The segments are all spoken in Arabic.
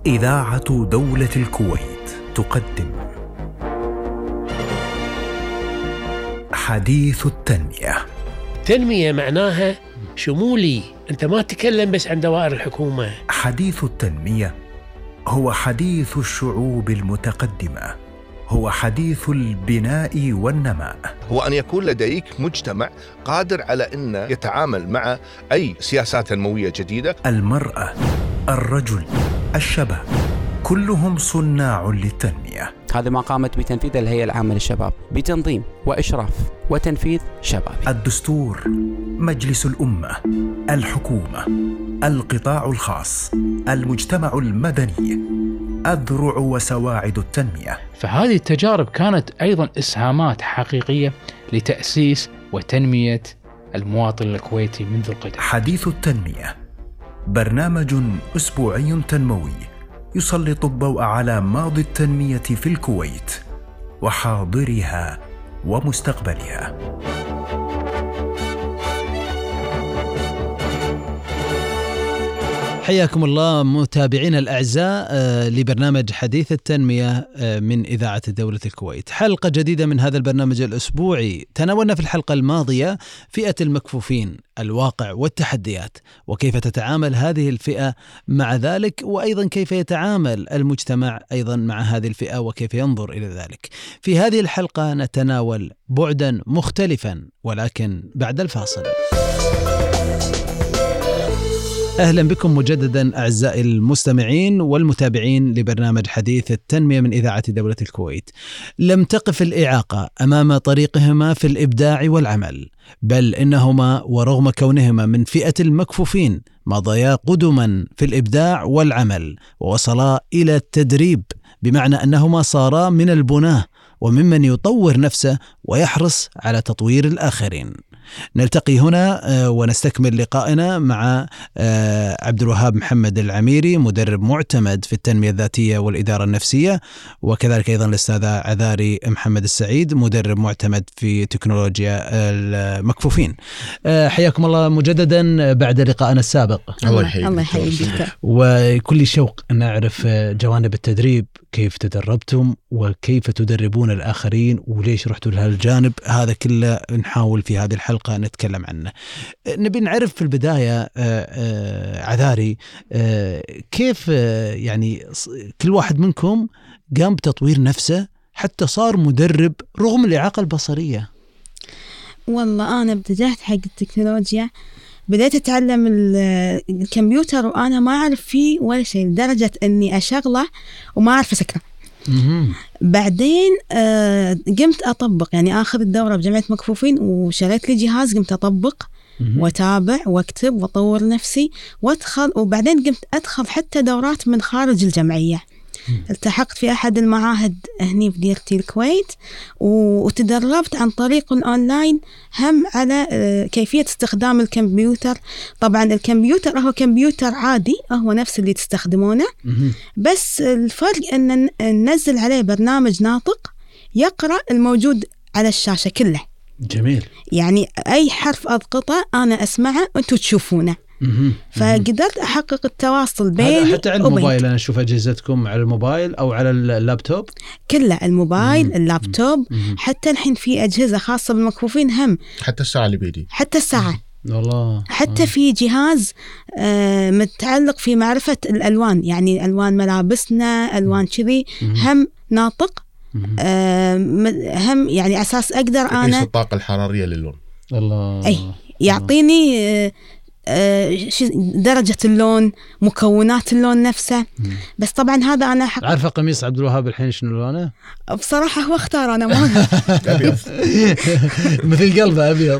إذاعة دولة الكويت تقدم حديث التنمية. تنمية معناها شمولي، أنت ما تتكلم بس عن دوائر الحكومة. حديث التنمية هو حديث الشعوب المتقدمة، هو حديث البناء والنماء، هو أن يكون لديك مجتمع قادر على أن يتعامل مع أي سياسات تنموية جديدة. المرأة، الرجل، الشباب، كلهم صناع للتنمية. هذا ما قامت بتنفيذ الهيئة العامة للشباب بتنظيم وإشراف وتنفيذ شبابي. الدستور، مجلس الأمة، الحكومة، القطاع الخاص، المجتمع المدني، أذرع وسواعد التنمية. فهذه التجارب كانت أيضا إسهامات حقيقية لتأسيس وتنمية المواطن الكويتي منذ القدم. حديث التنمية برنامج أسبوعي تنموي يسلط الضوء على ماضي التنمية في الكويت وحاضرها ومستقبلها. حياكم الله متابعينا الأعزاء لبرنامج حديث التنمية من إذاعة دولة الكويت. حلقة جديدة من هذا البرنامج الأسبوعي. تناولنا في الحلقة الماضية فئة المكفوفين، الواقع والتحديات، وكيف تتعامل هذه الفئة مع ذلك، وأيضا كيف يتعامل المجتمع أيضا مع هذه الفئة وكيف ينظر إلى ذلك. في هذه الحلقة نتناول بعدا مختلفا ولكن بعد الفاصل. أهلا بكم مجددا أعزائي المستمعين والمتابعين لبرنامج حديث التنمية من إذاعة دولة الكويت. لم تقف الإعاقة أمام طريقهما في الإبداع والعمل، بل إنهما ورغم كونهما من فئة المكفوفين مضيا قدما في الإبداع والعمل، ووصلا إلى التدريب، بمعنى أنهما صارا من البناة وممن يطور نفسه ويحرص على تطوير الآخرين. نلتقي هنا ونستكمل لقائنا مع عبد الوهاب محمد العميري، مدرب معتمد في التنمية الذاتية والإدارة النفسية، وكذلك أيضا الأستاذة عذاري محمد السعيد، مدرب معتمد في تكنولوجيا المكفوفين. حياكم الله مجددا بعد لقائنا السابق. الله يحييك. وكل شوق أن نعرف جوانب التدريب، كيف تدربتم وكيف تدربون الآخرين وليش رحتوا لهالجانب، هذا كله نحاول في هذه الحلقة نتكلم عنه. نبي نعرف في البداية عذاري، كيف يعني كل واحد منكم قام بتطوير نفسه حتى صار مدرب رغم الإعاقة البصرية؟ والله أنا ابتدأت حق التكنولوجيا، بديت أتعلم الكمبيوتر وأنا ما أعرف فيه ولا شيء، لدرجة أني أشغله وما أعرف أسكره. بعدين قمت أطبق، يعني آخذ الدورة بجمعية مكفوفين وشريت لي جهاز، قمت أطبق وأتابع وأكتب وأطور نفسي وأدخل، وبعدين قمت أدخل حتى دورات من خارج الجمعية. التحقت في أحد المعاهد هني في ديرتي الكويت، وتدربت عن طريق الأونلاين هم على كيفية استخدام الكمبيوتر. طبعا الكمبيوتر هو كمبيوتر عادي، هو نفس اللي تستخدمونه، بس الفرق أن ننزل عليه برنامج ناطق يقرأ الموجود على الشاشة كله. جميل. يعني أي حرف أضغطه أنا أسمعه وأنتوا تشوفونه. فقدرت أحقق التواصل بيني حتى على الموبايل. أنا أشوف أجهزتكم على الموبايل أو على اللابتوب، كله الموبايل اللابتوب. حتى الحين في أجهزة خاصة بالمكفوفين، هم حتى الساعة اللي بيدي، حتى الساعة والله. حتى في جهاز متعلق في معرفة الألوان، يعني ألوان ملابسنا، ألوان كذي، هم ناطق، هم يعني أساس أقدر أنا الطاقة الحرارية للون. الله. أي يعطيني درجة اللون، مكونات اللون نفسه. بس طبعا هذا أنا عارفة قميص عبد الوهاب الحين شنو لونه؟ بصراحة هو اختار، أنا ما أبيض مثل قلبه أبيض.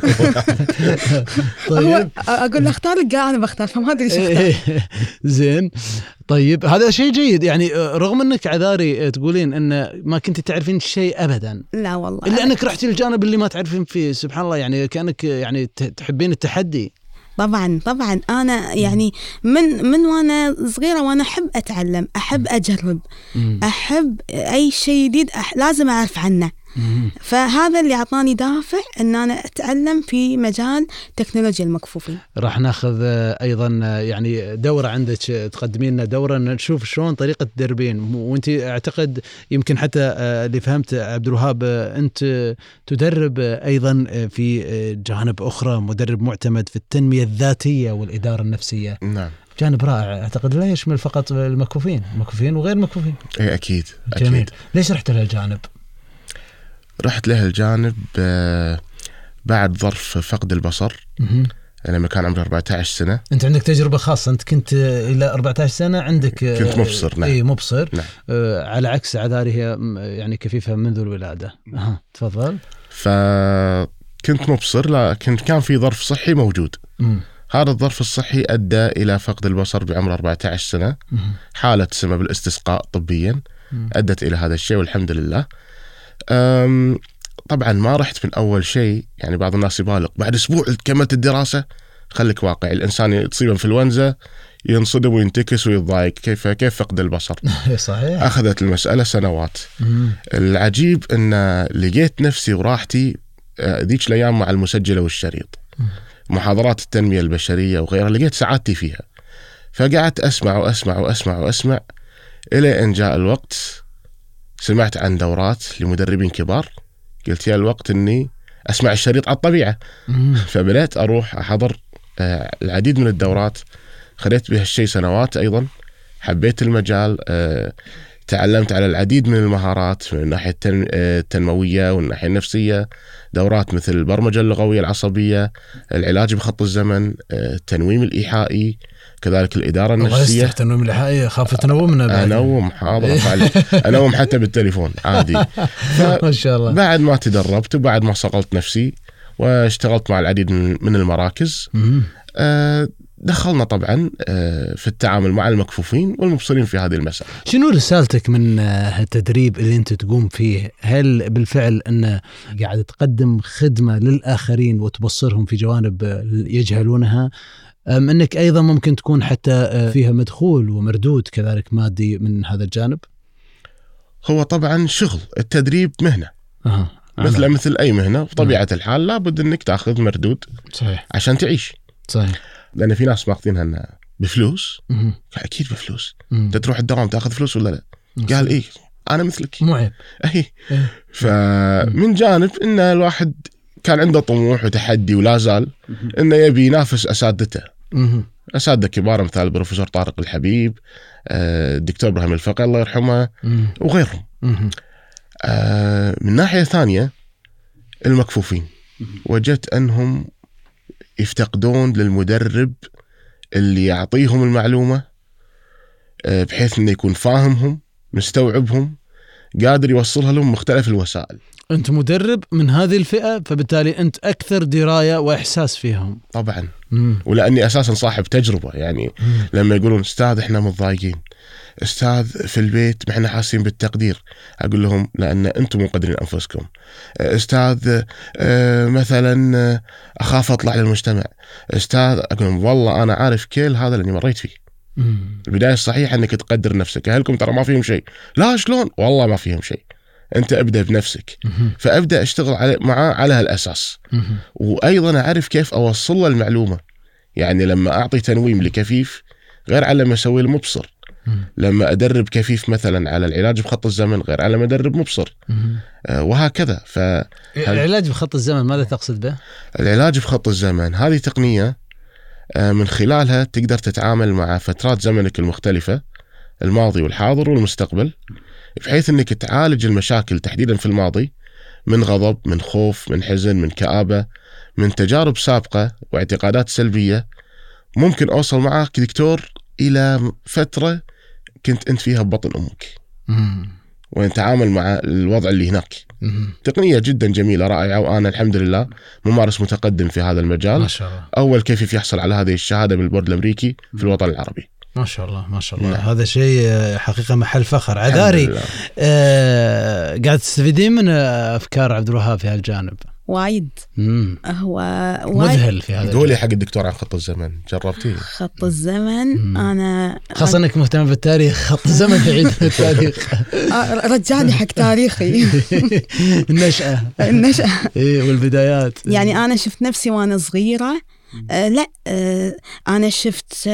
طيب أقول له اختار، قال أنا بختار، فما أدري شو. زين. طيب هذا شيء جيد، يعني رغم أنك عذاري تقولين أن ما كنت تعرفين شيء أبدا. لا والله، إلا أنك رحتي الجانب اللي ما تعرفين فيه. سبحان الله، يعني كأنك يعني تحبين التحدي. طبعا أنا يعني من وأنا صغيرة وأنا أحب أتعلم، أحب أجرب، أحب أي شيء جديد لازم أعرف عنه. فهذا اللي أعطاني دافع أن أنا أتعلم في مجال تكنولوجيا المكفوفين. راح ناخذ أيضا يعني دورة عندك، تقدمين لنا دورة نشوف شلون طريقة تدربين. وانت أعتقد يمكن حتى اللي فهمت عبد الوهاب أنت تدرب أيضا في جانب أخرى، مدرب معتمد في التنمية الذاتية والإدارة النفسية. نعم، جانب رائع أعتقد لا يشمل فقط المكفوفين وغير مكفوفين. إيه أكيد. جميل. ليش رحت لهالجانب؟ رحت له الجانب بعد ظرف فقد البصر. لما كان عمري 14 سنة. أنت عندك تجربة خاصة، أنت كنت إلى 14 سنة عندك كنت مبصر. نعم. إيه مبصر. نعم. على عكس عذاري هي يعني كفيفة منذ الولادة. تفضل. فكنت مبصر لكن كان في ظرف صحي موجود. هذا الظرف الصحي أدى إلى فقد البصر بعمر 14 سنة. حالة تسمى بالاستسقاء طبيا أدت إلى هذا الشيء والحمد لله. طبعا ما رحت من أول شيء، يعني بعض الناس يبالغ بعد أسبوع كملت الدراسة. خليك واقعي، الإنسان تصيبه انفلونزا ينصدم وينتكس ويتضايق، كيف فقد البصر؟ صحيح. أخذت المسألة سنوات. العجيب أن لقيت نفسي وراحتي ذيك الأيام مع المسجلة والشريط، محاضرات التنمية البشرية وغيرها، لقيت سعادتي فيها. فقعدت أسمع إلى أن جاء الوقت سمعت عن دورات لمدربين كبار، قلت يا الوقت أني أسمع الشريط على الطبيعة. فبدأت أروح أحضر العديد من الدورات، خليت بها الشيء سنوات. أيضا حبيت المجال، تعلمت على العديد من المهارات من الناحية التنموية والناحية النفسية، دورات مثل البرمجة اللغوية العصبية، العلاج بخط الزمن، التنويم الإيحائي، كذلك الإدارة النفسية. التنويم الإيحائي خاف تنومنا. أنوم حاضر أنوم حتى بالتليفون عادي. ما شاء الله. بعد ما تدربت وبعد ما صقلت نفسي واشتغلت مع العديد من المراكز، دخلنا طبعا في التعامل مع المكفوفين والمبصرين في هذه المسألة. شنو رسالتك من التدريب اللي انت تقوم فيه؟ هل بالفعل أن قاعد تقدم خدمة للآخرين وتبصرهم في جوانب يجهلونها، أم أنك أيضا ممكن تكون حتى فيها مدخول ومردود كذلك مادي من هذا الجانب؟ هو طبعا شغل، التدريب مهنة مثل أي مهنة بطبيعة الحال، لابد أنك تأخذ مردود. صحيح. عشان تعيش. صحيح. لأن في ناس ماخذينها بفلوس. أكيد بفلوس. أنت تروح الدوام تأخذ فلوس ولا لا؟ قال إيه أنا مثلك. مو عيب. فمن جانب إن الواحد كان عنده طموح وتحدي ولا زال إنه يبي ينافس أساتذته. أساتذة كبار مثل البروفيسور طارق الحبيب، الدكتور إبراهيم الفقي الله يرحمه وغيرهم. من ناحية ثانية المكفوفين وجدت أنهم يفتقدون للمدرب اللي يعطيهم المعلومة بحيث أنه يكون فاهمهم مستوعبهم قادر يوصلها لهم مختلف الوسائل. أنت مدرب من هذه الفئة فبالتالي أنت أكثر دراية وإحساس فيهم. طبعا. ولأني أساسا صاحب تجربة، يعني لما يقولون أستاذ إحنا متضايقين، أستاذ في البيت ما إحنا حاسين بالتقدير، أقول لهم لأن أنتم مو قادرين أنفسكم. أستاذ مثلا أخاف أطلع للمجتمع، أستاذ أقول لهم والله أنا عارف كل هذا اللي مريت فيه. البداية الصحيحة أنك تقدر نفسك. أهلكم ترى ما فيهم شيء. لا شلون؟ والله ما فيهم شيء. أنت أبدأ بنفسك. فأبدأ أشتغل معاه على هالأساس. وأيضا أعرف كيف أوصل له المعلومة. يعني لما أعطي تنويم لكفيف غير على ما أسوي المبصر. لما أدرب كفيف مثلا على العلاج بخط الزمن غير على ما أدرب مبصر. وهكذا. العلاج بخط الزمن ماذا تقصد به؟ العلاج بخط الزمن هذه تقنية من خلالها تقدر تتعامل مع فترات زمنك المختلفة، الماضي والحاضر والمستقبل، بحيث أنك تعالج المشاكل تحديدا في الماضي من غضب، من خوف، من حزن، من كآبة، من تجارب سابقة واعتقادات سلبية. ممكن أوصل معك دكتور إلى فترة كنت أنت فيها ببطن أمك ونتعامل مع الوضع اللي هناك. تقنية جدا جميلة رائعة، وأنا الحمد لله ممارس متقدم في هذا المجال. ما شاء الله. أول كيف يحصل على هذه الشهادة من البورد الأمريكي في الوطن العربي. ما شاء الله ما شاء الله. هذا شيء حقيقة محل فخر. عذاري قاعد تستفيدين من أفكار عبد الوهاب في هالجانب؟ وايد. هو مذهل في هذا. قولي حق الدكتور عن خط الزمن، جربتيه؟ خط الزمن أنا خاصة إنك مهتم بالتاريخ، خط الزمن بعيد عن التاريخ. رجعني حق تاريخي. النشأة والبدايات. يعني أنا شفت نفسي وأنا صغيرة. لا أنا شفت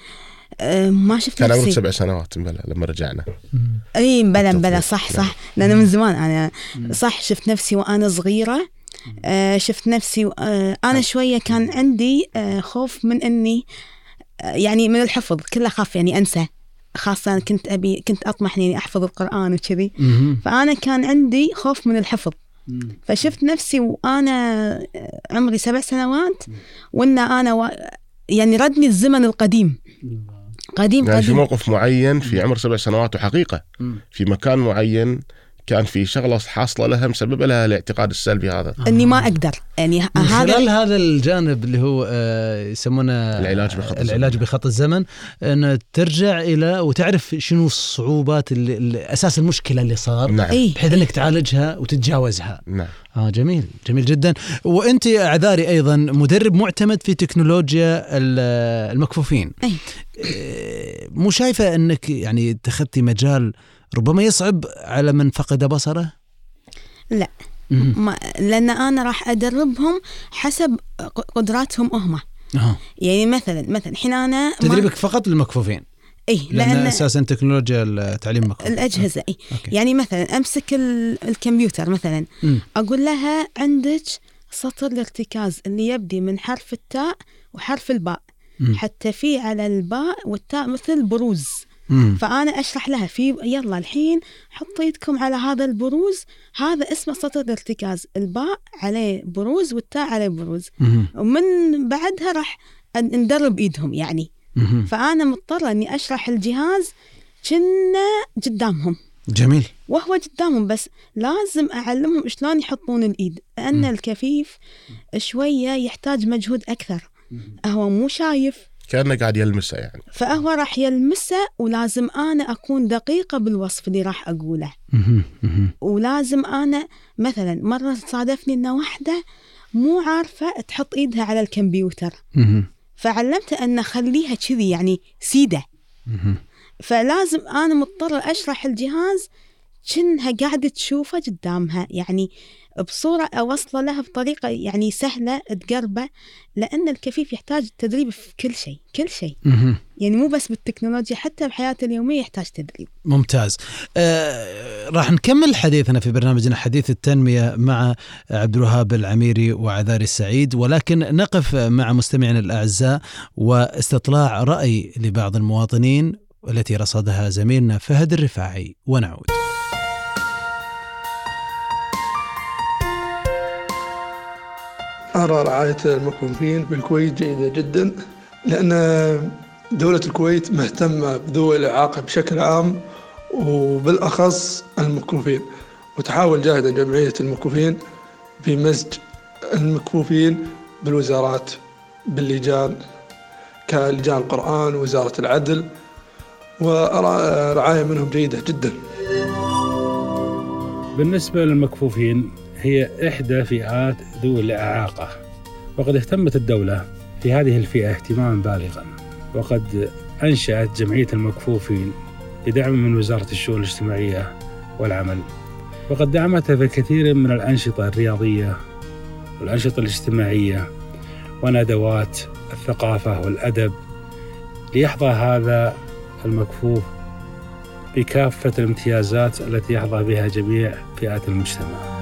ما شفت كان نفسي. عمرك 7 سنوات لما رجعنا. اي بلا صح لأن من زمان أنا صح شفت نفسي وأنا صغيرة. شفت نفسي أنا شوية كان عندي خوف من إني يعني من الحفظ، كله خاف يعني أنسى، خاصة كنت أطمح إني أحفظ القرآن وكذي. فأنا كان عندي خوف من الحفظ. فشفت نفسي وأنا عمري 7 سنوات وإن أنا يعني ردني الزمن القديم. يعني في موقف معين في عمر 7 سنوات وحقيقة في مكان معين كان في شغلة حاصلة لها مسبب لها الاعتقاد السلبي هذا، اني ما اقدر يعني هذا الجانب اللي هو يسمونه العلاج بخط الزمن، ان ترجع الى وتعرف شنو الصعوبات اللي اساس المشكلة اللي صار. نعم. بحيث انك تعالجها وتتجاوزها. نعم. جميل جدا. وانت اعذاري ايضا مدرب معتمد في تكنولوجيا المكفوفين. مو شايفة انك يعني اتخذتي مجال ربما يصعب على من فقد بصره؟ لا لأن أنا راح أدربهم حسب قدراتهم هم. يعني مثلا حين أنا تدريبك فقط للمكفوفين. لأن أساسا تكنولوجيا التعليم المكفوف الأجهزة. يعني مثلا أمسك الكمبيوتر مثلا أقول لها عندك سطر الارتكاز اللي يبدي من حرف التاء وحرف الباء، حتى في على الباء والتاء مثل بروز. فأنا أشرح لها يلا الحين حطوا يدكم على هذا البروز، هذا اسمه سطر الارتكاز، الباء عليه بروز والتاء عليه بروز. ومن بعدها راح ندرب إيدهم يعني. فأنا مضطرة أني أشرح الجهاز كنا قدامهم. جميل. وهو قدامهم، بس لازم أعلمهم شلون يحطون الإيد، لأن الكفيف شوية يحتاج مجهود أكثر. هو مو شايف، كأنه قاعد يلمسه يعني، فهو راح يلمسه، ولازم أنا أكون دقيقة بالوصف اللي راح أقوله. ولازم أنا مثلا مرة صادفني إن واحدة مو عارفة تحط إيدها على الكمبيوتر، فعلمت أن خليها كذي يعني سيدة. فلازم أنا مضطرة أشرح الجهاز كأنها قاعدة تشوفه قدامها، يعني بصورة أوصل لها بطريقة يعني سهلة تقربه، لأن الكفيف يحتاج تدريب في كل شيء. يعني مو بس بالتكنولوجيا، حتى بحياته اليومية يحتاج تدريب. ممتاز. راح نكمل حديثنا في برنامجنا حديث التنمية مع عبد الوهاب العميري وعذاري السعيد، ولكن نقف مع مستمعنا الأعزاء واستطلاع رأي لبعض المواطنين التي رصدها زميلنا فهد الرفاعي، ونعود. أرى رعاية المكفوفين بالكويت جيدة جدا، لأن دولة الكويت مهتمة بذوي الإعاقة بشكل عام وبالأخص المكفوفين، وتحاول جاهدا جمعية المكفوفين بمزج المكفوفين بالوزارات باللجان كلجان القرآن ووزارة العدل، وأرى رعاية منهم جيدة جدا. بالنسبة للمكفوفين هي إحدى فئات ذوي الإعاقة، وقد اهتمت الدولة في هذه الفئة اهتماما بالغا، وقد أنشأت جمعية المكفوفين بدعم من وزارة الشؤون الاجتماعية والعمل، وقد دعمتها في كثير من الأنشطة الرياضية والأنشطة الاجتماعية وندوات الثقافة والأدب، ليحظى هذا المكفوف بكافة الامتيازات التي يحظى بها جميع فئات المجتمع.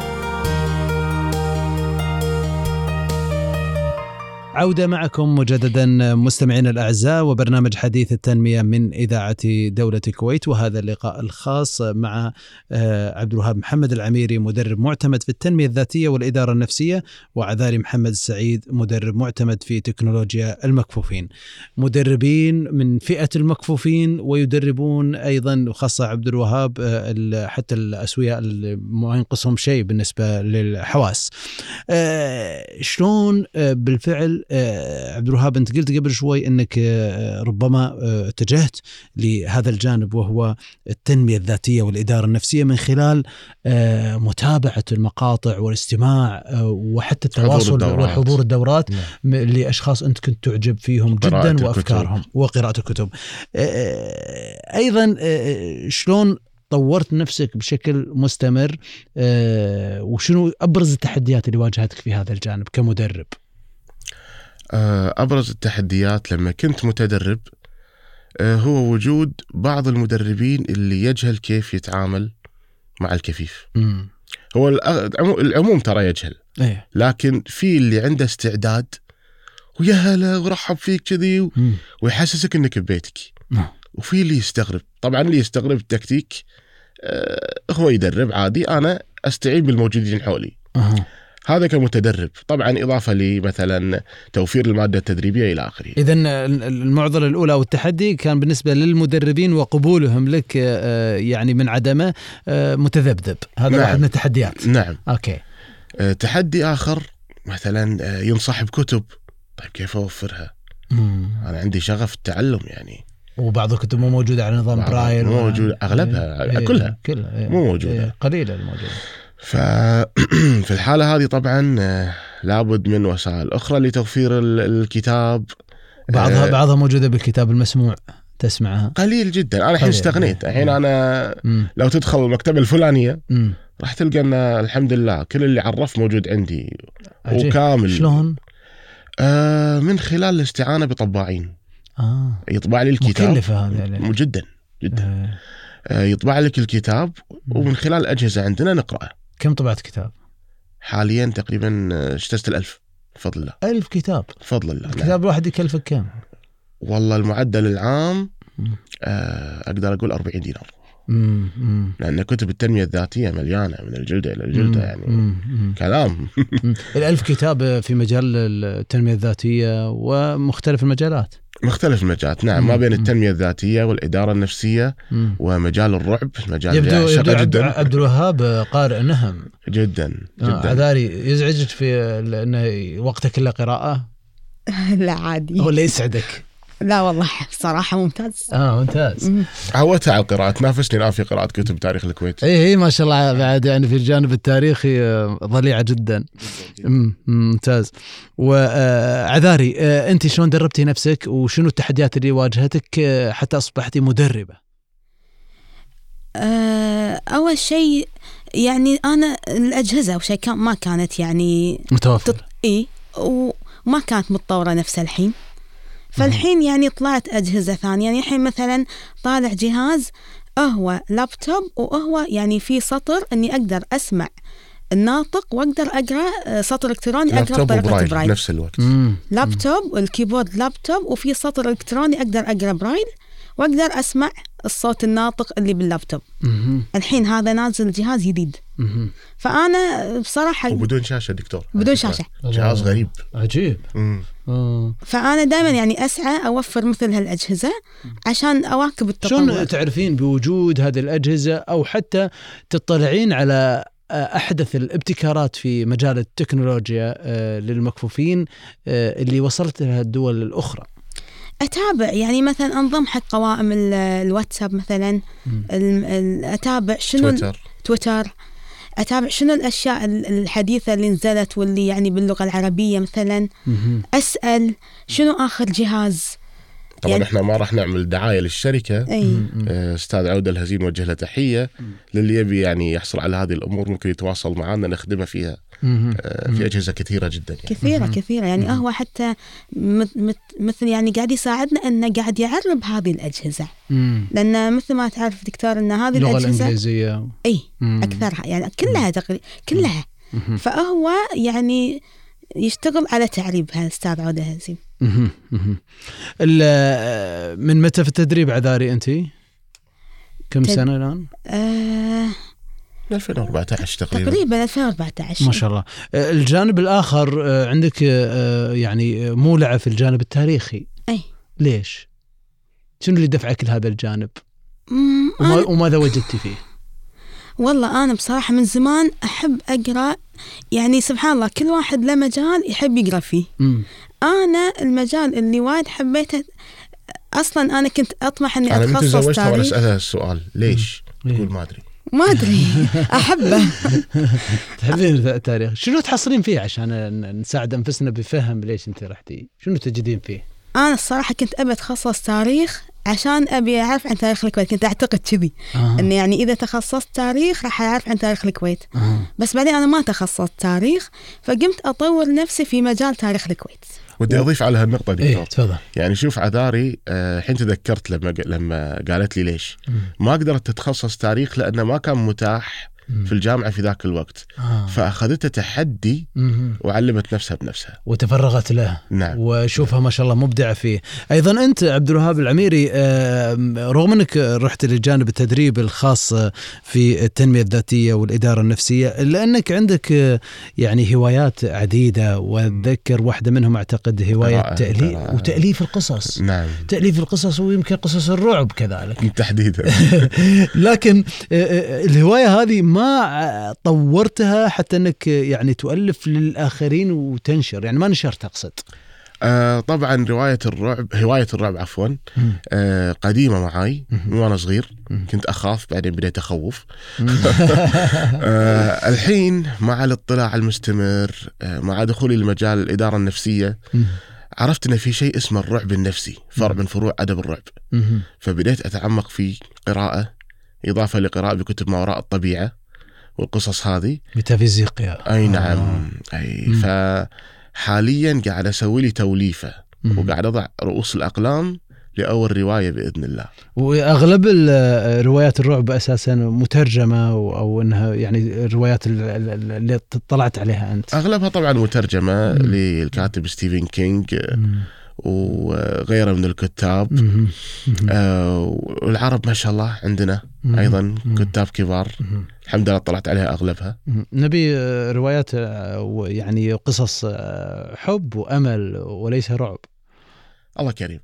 عودة معكم مجددا مستمعينا الأعزاء، وبرنامج حديث التنمية من إذاعة دولة الكويت، وهذا اللقاء الخاص مع عبد الوهاب محمد العميري مدرب معتمد في التنمية الذاتية والإدارة النفسية، وعذاري محمد السعيد مدرب معتمد في تكنولوجيا المكفوفين. مدربين من فئة المكفوفين ويدربون أيضا، وخاصة عبد الوهاب حتى الأسوياء ما ينقصهم شيء بالنسبة للحواس. شلون بالفعل عبد الوهاب أنت قلت قبل شوي أنك ربما اتجهت لهذا الجانب وهو التنمية الذاتية والإدارة النفسية من خلال متابعة المقاطع والاستماع وحتى التواصل وحضور الدورات لأشخاص أنت كنت تعجب فيهم جدا وأفكارهم وقراءة الكتب. أيضا شلون طورت نفسك بشكل مستمر وشنو أبرز التحديات اللي واجهتك في هذا الجانب كمدرب؟ أبرز التحديات لما كنت متدرب هو وجود بعض المدربين اللي يجهل كيف يتعامل مع الكفيف. هو العموم ترى يجهل، لكن في اللي عنده استعداد ويا هلا ورحب فيك كذي ويحسسك انك ببيتك، وفي اللي يستغرب. طبعا اللي يستغرب التكتيك هو يدرب عادي، انا استعين بالموجودين حولي. هذا كمتدرب. طبعا إضافة لي مثلا توفير المادة التدريبية إلى آخره. إذن المعضلة الأولى والتحدي كان بالنسبة للمدربين وقبولهم لك يعني من عدمه متذبذب. هذا نعم. واحد من التحديات. نعم. أوكي. تحدي آخر مثلا ينصح بكتب. طيب كيف أوفرها؟ أنا عندي شغف التعلم يعني. وبعض الكتب مو موجودة على نظام برايل. مو موجود أغلبها كلها مو موجودة. قليلة الموجودة. ففي الحالة هذه طبعا لابد من وسائل أخرى لتوفير الكتاب. بعضها موجودة بالكتاب المسموع تسمعها قليل جدا. أنا الحين استغنيت. الحين أنا لو تدخل المكتبة الفلانية راح تلقى أن الحمد لله كل اللي عرف موجود عندي وكامل. شلون؟ من خلال الاستعانة بطباعين. يطبع لي الكتاب. مكلفة هذا جدا جدا. يطبع لك الكتاب ومن خلال الأجهزة عندنا نقرأه. كم طبعت كتاب؟ حاليا تقريبا اجتزت 1000 بفضل الله. 1000 كتاب بفضل الله. الكتاب الواحد يكلفك كم؟ والله المعدل العام أقدر أقول 40 دينار. لأن كتب التنمية الذاتية مليانة من الجلدة إلى الجلدة يعني كلام. 1000 كتاب في مجال التنمية الذاتية ومختلف المجالات. مختلف المجالات نعم. ما بين التنمية الذاتية والإدارة النفسية ومجال الرعب. مجال يبدو جدا. عبد الوهاب قارئ نهم جدا جدا. عذاري يزعجك في أنه وقتك كله قراءة؟ لا عادي. ولا يسعدك؟ لا والله صراحة ممتاز. ممتاز. عودت على القراءة. تنافسني الآن في قراءة كتب تاريخ الكويت. هي ما شاء الله بعد يعني في الجانب التاريخي ضليعة جدا. ممتاز. وعذاري أنت شلون دربتي نفسك وشنو التحديات اللي واجهتك حتى أصبحتي مدربة؟ أول شيء يعني أنا الأجهزة وشيء ما كانت يعني متوفرة. وما كانت متطورة نفس الحين. فالحين يعني طلعت أجهزة ثانية. يعني الحين مثلا طالع جهاز هو لابتوب وهو يعني في سطر أني أقدر أسمع الناطق وأقدر أقرأ سطر إلكتروني أقرأ بطريقة برايل نفس الوقت. لابتوب الكيبورد لابتوب وفي سطر إلكتروني أقدر أقرأ برايل وأقدر أسمع الصوت الناطق اللي باللابتوب. الحين هذا نازل جهاز جديد. فأنا بصراحة وبدون شاشة دكتور. بدون شاشة. جهاز غريب عجيب. فأنا دائما يعني أسعى أوفر مثل هالأجهزة عشان أواكب التطور. شلون تعرفين بوجود هذه الأجهزة أو حتى تطلعين على أحدث الابتكارات في مجال التكنولوجيا للمكفوفين اللي وصلت لها الدول الأخرى؟ أتابع يعني مثلا أنظم حق قوائم الواتساب مثلا. أتابع شنو تويتر. أتابع شنو الأشياء الحديثة اللي نزلت واللي يعني باللغة العربية مثلا. أسأل شنو آخر جهاز. طبعا يعني احنا ما راح نعمل دعاية للشركة. استاذ عودة الهزيم وجه له تحية. للي يبي يعني يحصل على هذه الأمور ممكن يتواصل معنا نخدمه فيها. في أجهزة كثيرة جدا يعني. كثيرة يعني هو حتى مثل يعني قاعد يساعدنا أنه قاعد يعرب هذه الأجهزة. لأن مثل ما تعرف دكتور أن هذه اللغة الأجهزة الإنجليزية أكثرها يعني كلها. فهو يعني يشتغل على تعريبها أستاذ عودة الهزيم. من متى في التدريب عذاري أنت؟ كم سنة الآن؟ 2014 تقريبا 2014. ما شاء الله. الجانب الآخر عندك يعني مولعة في الجانب التاريخي. ليش؟ شنو اللي دفعك لهذا الجانب؟ وماذا وجدت فيه؟ والله أنا بصراحة من زمان أحب أقرأ. يعني سبحان الله كل واحد له مجال يحب يقرأ فيه. أنا المجال اللي وايد حبيته أصلا، أنا كنت أطمح إني أتخصص تاريخ. أنا من تزوجتها وأنا أسألها السؤال ليش؟ تقول ما أدري أحبه. تحبين التاريخ؟ شنو تحصلين فيه عشان نساعد أنفسنا بفهم ليش أنت رحتي؟ شنو تجدين فيه؟ أنا الصراحة كنت أبي أتخصص تاريخ عشان أبي أعرف عن تاريخ الكويت. كنت أعتقد كذي إن يعني إذا تخصصت تاريخ راح أعرف عن تاريخ الكويت. بس بعدين أنا ما تخصصت تاريخ، فقمت أطور نفسي في مجال تاريخ الكويت. ودي أضيف على هالنقطة دكتور. تفضل. يعني شوف عذاري، حين تذكرت لما قالت لي ليش ما قدرت تتخصص تاريخ، لأنه ما كان متاح في الجامعة في ذاك الوقت. فأخذته تحدي وعلمت نفسها بنفسها وتفرغت له. نعم. وشوفها ما شاء الله مبدعة فيه. أيضا أنت عبد الوهاب العميري، رغم أنك رحت لجانب التدريب الخاص في التنمية الذاتية والإدارة النفسية، إلا أنك عندك يعني هوايات عديدة، وأتذكر واحدة منهم أعتقد هواية وتأليف القصص. نعم. تأليف القصص، ويمكن قصص الرعب كذلك تحديدا. لكن الهواية هذه ما طورتها حتى أنك يعني تؤلف للآخرين وتنشر، يعني ما نشرت أقصد. طبعا هواية الرعب عفوا قديمة معاي من وأنا صغير. كنت أخاف، بعدين بديت أخوف. الحين مع الاطلاع المستمر، مع دخولي لمجال الإدارة النفسية، عرفت أن في شيء اسمه الرعب النفسي، فرع من فروع أدب الرعب. فبديت أتعمق في قراءة، إضافة لقراءة بكتب ما وراء الطبيعة والقصص هذه، ميتافيزيقيا. أي نعم. أي فحاليا قاعد أسوي لي توليفة، وقاعد أضع رؤوس الأقلام لأول رواية بإذن الله. وأغلب روايات الرعب أساسا مترجمة، أو أنها يعني الروايات اللي طلعت عليها أنت؟ أغلبها طبعا مترجمة للكاتب ستيفن كينج وغيره من الكتاب. والعرب ما شاء الله عندنا أيضا كتاب كبار، الحمد لله طلعت عليها أغلبها. نبي روايات يعني قصص حب وأمل وليس رعب. الله كريم.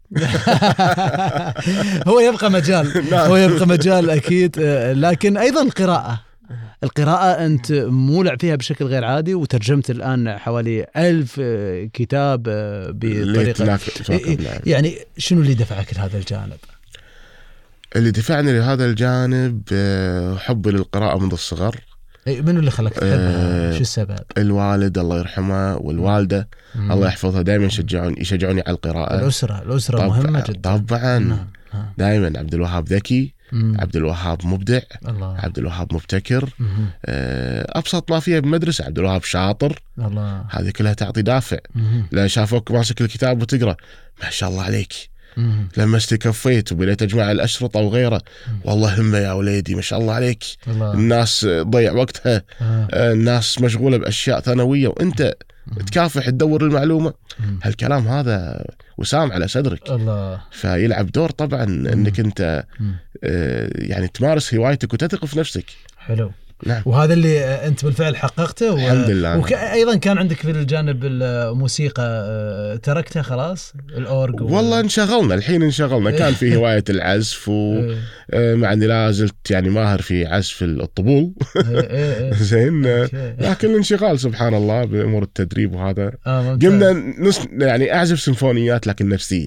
هو يبقى مجال أكيد. لكن أيضا القراءة أنت مولع فيها بشكل غير عادي، وترجمت الآن حوالي 1000 كتاب بطريقة. يعني شنو اللي دفعك لهذا الجانب؟ اللي دفعني لهذا الجانب حبي للقراءة منذ الصغر. من اللي خلك تحبها؟ شو السبب؟ الوالد الله يرحمه والوالدة الله يحفظها دائما يشجعوني على القراءة. الأسرة مهمة جدا طبعا. دائما عبد الوهاب ذكي، عبد الوهاب مبدع، عبد الوهاب مبتكر. أبسط ما فيها بالمدرسة عبد الوهاب شاطر. هذه كلها تعطي دافع. لا شافوك ماسك الكتاب وتقرأ ما شاء الله عليك. لما استكفيت وبديت أجمع الأشرطة وغيره، والله همة يا وليدي ما شاء الله عليك. الناس ضيع وقتها، الناس مشغولة بأشياء ثانوية، وأنت تكافح تدور المعلومة. هالكلام هذا وسام على صدرك. فيلعب دور طبعا أنك أنت يعني تمارس هوايتك وتثق في نفسك. حلو. نعم. وهذا اللي أنت بالفعل حققته. الحمد لله. أيضا كان عندك في الجانب الموسيقى، تركتها خلاص الأورج والله انشغلنا. كان في هواية العزف، ومع أني لا زلت يعني ماهر في عزف الطبول. زين. لكن الانشغال سبحان الله بأمور التدريب وهذا قمنا يعني أعزف سيمفونيات لكن نفسية.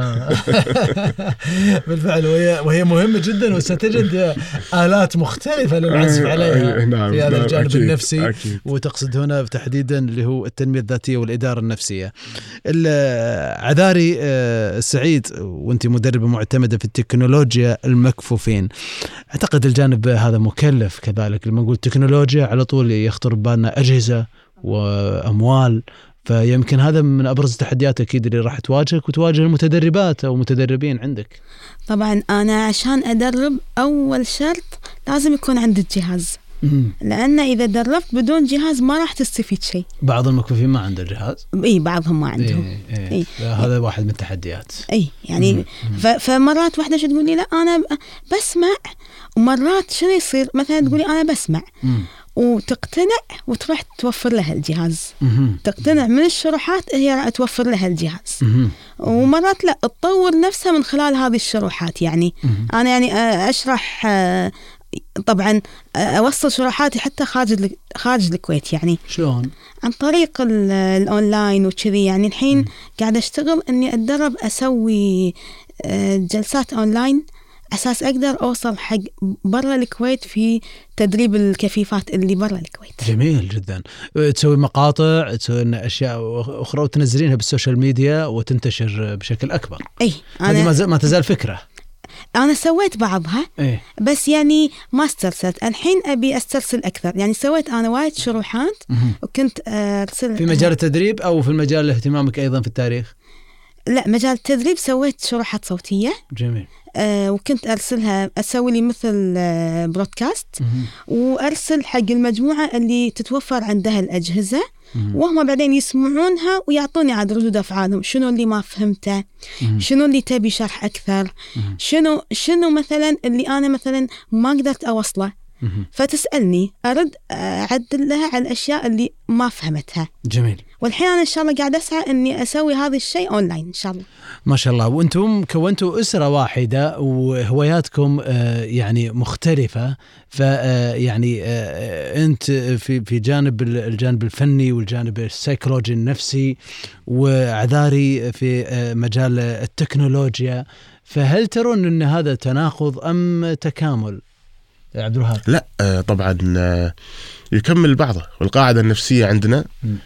بالفعل، وهي مهمة جدا، وستجد آلات مختلفة للعزف عليها. نعم. في هذا الجانب أكيد. النفسي. أكيد. وتقصد هنا تحديدا اللي هو التنمية الذاتية والإدارة النفسية. عذاري السعيد، وانت مدربة معتمدة في التكنولوجيا المكفوفين، أعتقد الجانب هذا مكلف كذلك. لما نقول تكنولوجيا على طول يخطر بالنا أجهزة وأموال، فيمكن هذا من أبرز التحديات أكيد اللي راح تواجهك وتواجه المتدربات أو متدربين عندك. طبعا أنا عشان أدرب أول شرط لازم يكون عندي الجهاز، لأن إذا دربت بدون جهاز ما راح تستفيد شيء. بعض المكفوفين ما عنده جهاز. بعضهم ما عندهم. هذا واحد من التحديات. يعني فمرات واحدة شو تقول لي لا أنا بسمع، ومرات شنو يصير مثلا تقولي أنا بسمع وتقتنع وتروح توفر لها الجهاز. تقتنع من الشروحات هي توفر لها الجهاز. ومرات لا تطور نفسها من خلال هذه الشروحات. يعني أنا يعني أشرح طبعا أوصل شروحاتي حتى خارج الكويت. يعني شلون؟ عن طريق الأونلاين وكذي. يعني الحين قاعدة أشتغل إني أتدرب أسوي جلسات أونلاين أساس أقدر أوصل حق برا الكويت في تدريب الكفيفات اللي برا الكويت. جميل جدا. تسوي مقاطع، تسوي أشياء أخرى وتنزلينها بالسوشيال ميديا وتنتشر بشكل أكبر. أي هذه ما تزال فكرة. أنا سويت بعضها بس يعني ما استرسلت. الحين أبي أسترسل أكثر. يعني سويت أنا وايد شروحات وكنت أرسل في مجال التدريب أو في المجال اهتمامك أيضا في التاريخ؟ لا، مجال التدريب. سويت شروحات صوتية. جميل. وكنت أرسلها، أسوي لي مثل برودكاست وأرسل حق المجموعة اللي تتوفر عندها الأجهزة، وهم بعدين يسمعونها ويعطوني عاد ردود أفعالهم، شنو اللي ما فهمته، شنو اللي تبي شرح أكثر، شنو مثلا اللي أنا مثلا ما قدرت أوصله، فتسألني أرد أعدل لها على الأشياء اللي ما فهمتها. جميل. والحين أنا إن شاء الله قاعد أسعى إني أسوي هذا الشيء أونلاين إن شاء الله. ما شاء الله. وأنتم كونتوا أسرة واحدة وهواياتكم يعني مختلفة، فيعني أنت في الجانب الفني والجانب السيكولوجي النفسي، وعذاري في مجال التكنولوجيا، فهل ترون أن هذا تناقض أم تكامل يا عبد الوهاب؟ لا طبعا يكمل بعضه. والقاعدة النفسية عندنا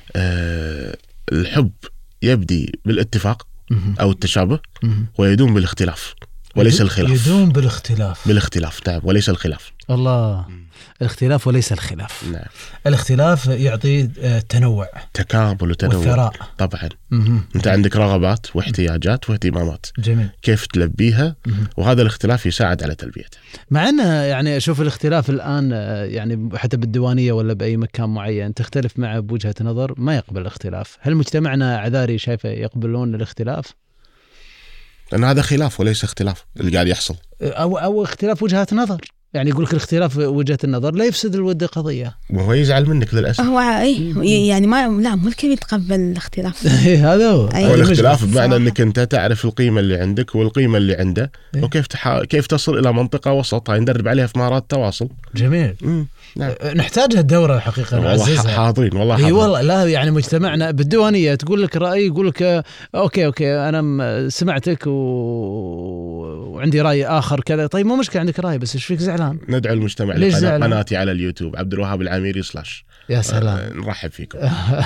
الحب يبدي بالاتفاق أو التشابه ويدوم بالاختلاف وليس الخلاف. يدوم بالاختلاف نعم، وليس الخلاف. الله. الاختلاف وليس الخلاف. نعم. الاختلاف يعطي تنوع، تكامل وتنوع والثراء. طبعا. انت عندك رغبات واحتياجات واهتمامات، جميل، كيف تلبيها، وهذا الاختلاف يساعد على تلبيتها. مع أنه يعني أشوف الاختلاف الآن يعني حتى بالديوانية ولا بأي مكان معين تختلف معه بوجهة نظر ما يقبل الاختلاف. هل مجتمعنا عذاري شايفه يقبلون الاختلاف؟ لأن هذا خلاف وليس اختلاف اللي قاعد يحصل، أو اختلاف وجهات نظر. يعني يقول لك الاختلاف وجهة النظر لا يفسد الود قضية، وهو يزعل منك للأسف. هو يعني ما الكل يتقبل الاختلاف. هذا هو. الاختلاف بمعنى أنك أنت تعرف القيمة اللي عندك والقيمة اللي عنده، وكيف كيف تصل إلى منطقة وسط ندرب عليها في مهارات التواصل. جميل. نعم. نحتاجها الدورة الحقيقة. والله حاضرين والله حاضرين. والله لا يعني مجتمعنا بالديوانية تقول لك رأي، يقول لك أوكي أنا سمعتك وعندي رأي آخر كذا. طيب مو مشكلة عندك رأي، بس إيش فيك زعلان؟ ندعو المجتمع لقناتي على اليوتيوب عبد الوهاب العميري / يا سلام. نرحب فيكم.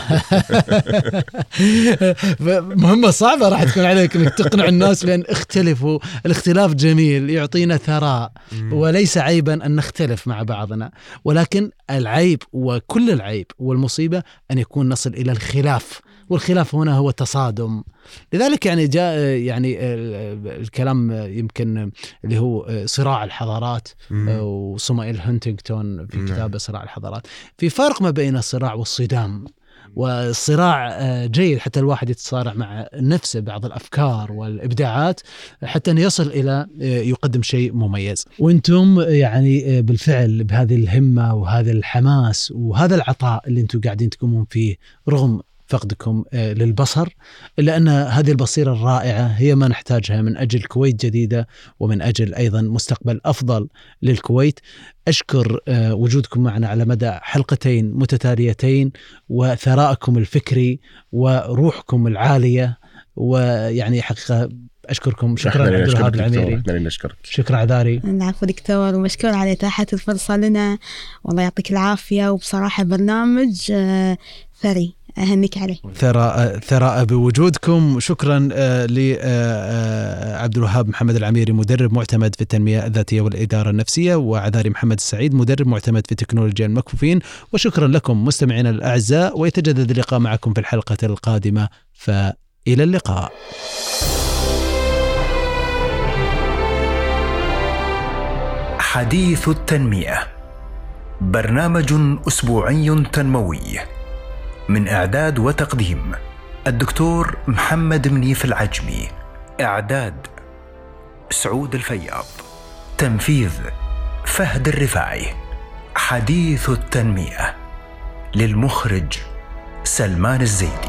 مهمة صعبة راح تكون عليك انك تقنع الناس بأن اختلفوا. الاختلاف جميل يعطينا ثراء، وليس عيبا أن نختلف مع بعضنا، ولكن العيب وكل العيب والمصيبة أن يكون نصل إلى الخلاف، والخلاف هنا هو تصادم. لذلك يعني جاء يعني الكلام يمكن اللي هو صراع الحضارات، وصموئيل هانتينغتون في كتابه صراع الحضارات. في فرق ما بين الصراع والصدام. والصراع جيد حتى الواحد يتصارع مع نفسه بعض الأفكار والإبداعات حتى أن يصل إلى يقدم شيء مميز. وأنتم يعني بالفعل بهذه الهمة وهذا الحماس وهذا العطاء اللي أنتم قاعدين تقومون فيه رغم فقدكم للبصر، إلا أن هذه البصيرة الرائعة هي ما نحتاجها من أجل كويت جديدة ومن أجل أيضا مستقبل أفضل للكويت. أشكر وجودكم معنا على مدى حلقتين متتاليتين، وثرائكم الفكري وروحكم العالية، ويعني حقيقة أشكركم. شكرا عبد الوهاب العميري. شكرا عذاري. العفو دكتور، ومشكور على إتاحة الفرصة لنا، والله يعطيك العافية. وبصراحة برنامج ثري، أهنيك عليه. ثراء بوجودكم. شكرا لعبد الوهاب محمد العميري، مدرب معتمد في التنمية الذاتية والإدارة النفسية، وعذاري محمد السعيد، مدرب معتمد في تكنولوجيا المكفوفين. وشكرا لكم مستمعينا الأعزاء، ويتجدد اللقاء معكم في الحلقة القادمة، فإلى اللقاء. حديث التنمية، برنامج أسبوعي تنموي، من إعداد وتقديم الدكتور محمد منيف العجمي، إعداد سعود الفياض، تنفيذ فهد الرفاعي. حديث التنمية للمخرج سلمان الزيدي.